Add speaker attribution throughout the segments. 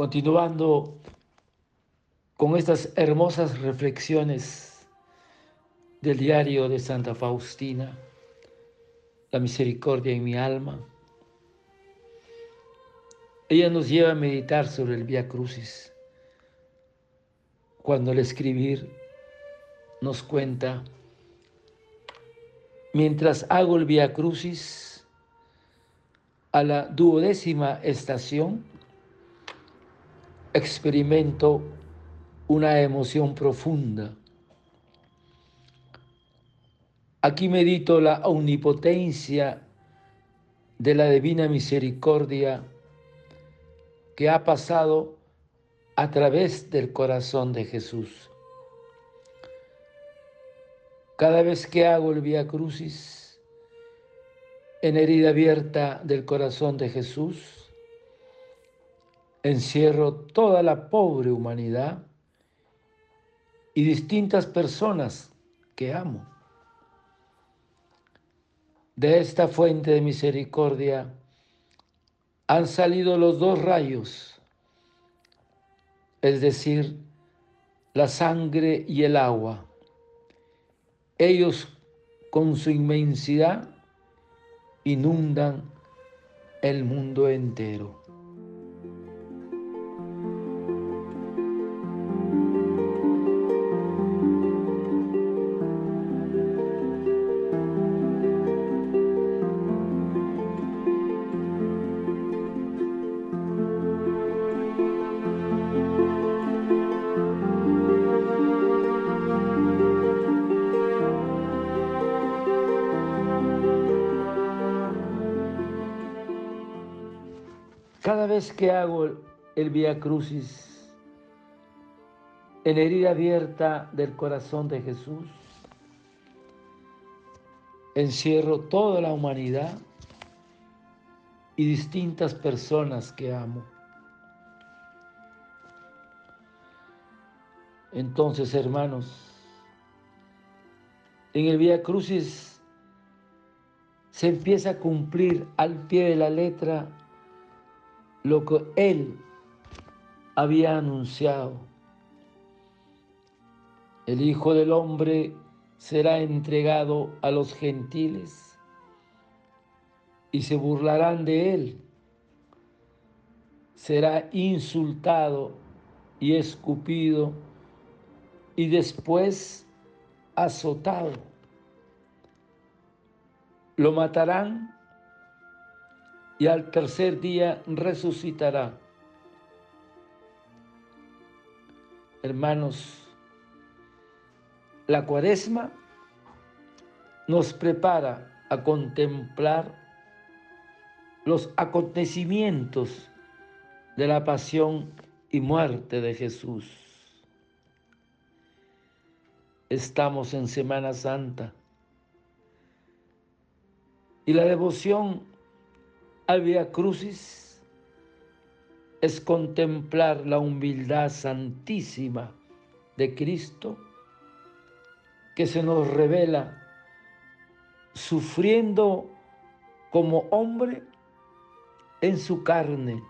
Speaker 1: Continuando con estas hermosas reflexiones del diario de Santa Faustina, la misericordia en mi alma, ella nos lleva a meditar sobre el Vía Crucis, cuando al escribir nos cuenta: mientras hago el Vía Crucis, a la 12ª estación, experimento una emoción profunda. Aquí medito la omnipotencia de la divina misericordia que ha pasado a través del corazón de Jesús. Cada vez que hago el Vía Crucis, en herida abierta del corazón de Jesús, encierro toda la pobre humanidad y distintas personas que amo. De esta fuente de misericordia han salido los dos rayos, es decir, la sangre y el agua. Ellos, con su inmensidad, inundan el mundo entero. Cada vez que hago el Vía Crucis, en herida abierta del corazón de Jesús, encierro toda la humanidad y distintas personas que amo. Entonces, hermanos, en el Vía Crucis se empieza a cumplir al pie de la letra lo que Él había anunciado. El Hijo del Hombre será entregado a los gentiles y se burlarán de Él. Será insultado y escupido y después azotado. Lo matarán y al tercer día resucitará. Hermanos, la Cuaresma nos prepara a contemplar los acontecimientos de la pasión y muerte de Jesús. Estamos en Semana Santa y la devoción al Vía Crucis es contemplar la humildad santísima de Cristo, que se nos revela sufriendo como hombre en su carne,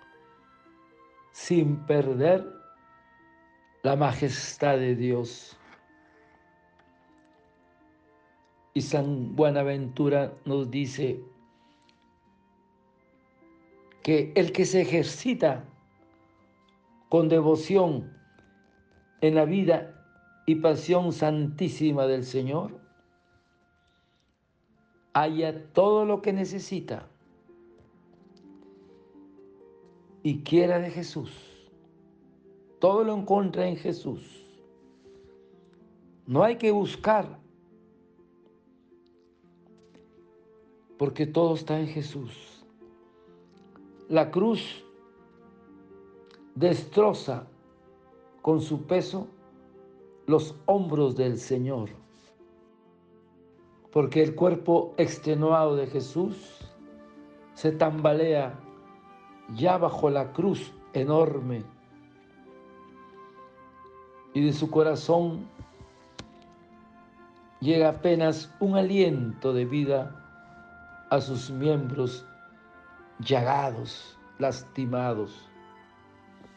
Speaker 1: sin perder la majestad de Dios. Y San Buenaventura nos dice que el que se ejercita con devoción en la vida y pasión santísima del Señor, halla todo lo que necesita y quiera de Jesús. Todo lo encuentra en Jesús. No hay que buscar, porque todo está en Jesús. La cruz destroza con su peso los hombros del Señor, porque el cuerpo extenuado de Jesús se tambalea ya bajo la cruz enorme, y de su corazón llega apenas un aliento de vida a sus miembros llagados, lastimados.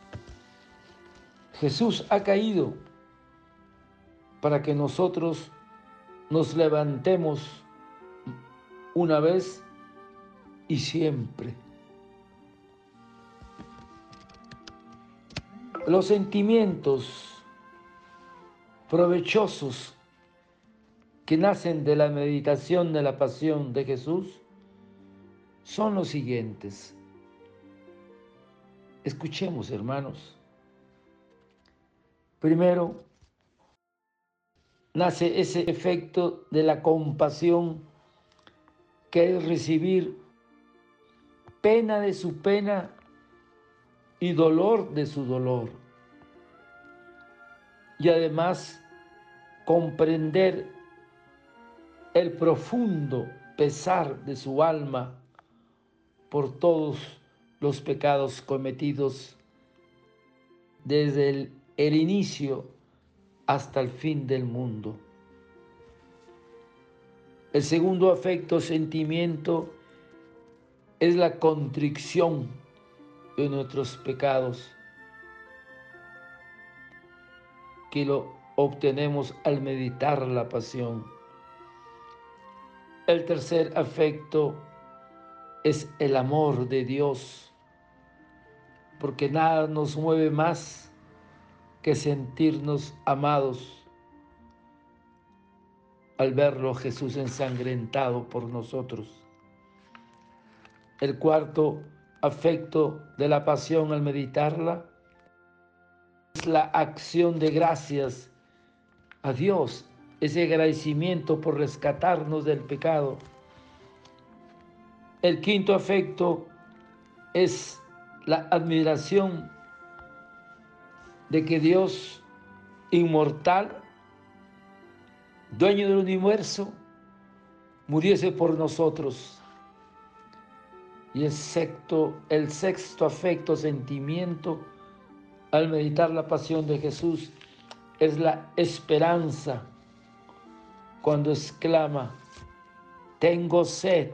Speaker 1: Jesús ha caído para que nosotros nos levantemos una vez y siempre. Los sentimientos provechosos que nacen de la meditación de la pasión de Jesús son los siguientes. Escuchemos, hermanos. Primero, nace ese efecto de la compasión, que es recibir pena de su pena y dolor de su dolor. Y además comprender el profundo pesar de su alma por todos los pecados cometidos desde el inicio hasta el fin del mundo. El segundo afecto, sentimiento, es la contrición de nuestros pecados, que lo obtenemos al meditar la pasión. El tercer afecto es el amor de Dios, porque nada nos mueve más que sentirnos amados al verlo Jesús ensangrentado por nosotros. El cuarto afecto de la pasión al meditarla es la acción de gracias a Dios, ese agradecimiento por rescatarnos del pecado. El quinto afecto es la admiración de que Dios inmortal, dueño del universo, muriese por nosotros. Y el sexto afecto, sentimiento, al meditar la pasión de Jesús, es la esperanza, cuando exclama: tengo sed.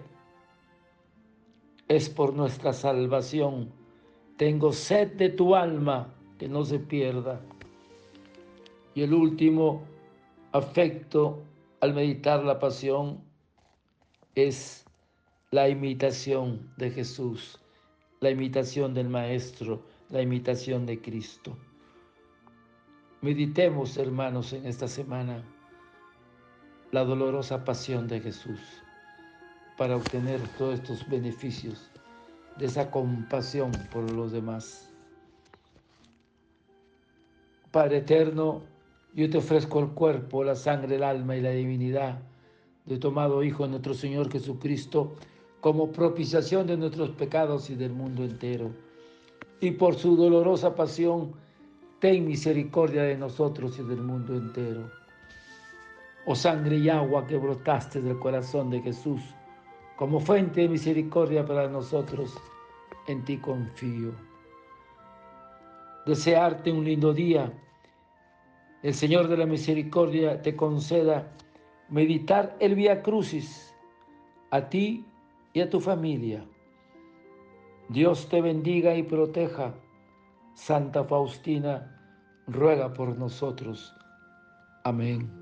Speaker 1: Es por nuestra salvación. Tengo sed de tu alma, que no se pierda. Y el último afecto al meditar la pasión es la imitación de Jesús, la imitación del Maestro, la imitación de Cristo. Meditemos, hermanos, en esta semana la dolorosa pasión de Jesús para obtener todos estos beneficios de esa compasión por los demás. Padre eterno, yo te ofrezco el cuerpo, la sangre, el alma y la divinidad de tu amado Hijo, nuestro Señor Jesucristo, como propiciación de nuestros pecados y del mundo entero. Y por su dolorosa pasión, ten misericordia de nosotros y del mundo entero. Oh sangre y agua que brotaste del corazón de Jesús, como fuente de misericordia para nosotros, en ti confío. Desearte un lindo día. El Señor de la misericordia te conceda meditar el Vía Crucis a ti y a tu familia. Dios te bendiga y proteja. Santa Faustina, ruega por nosotros. Amén.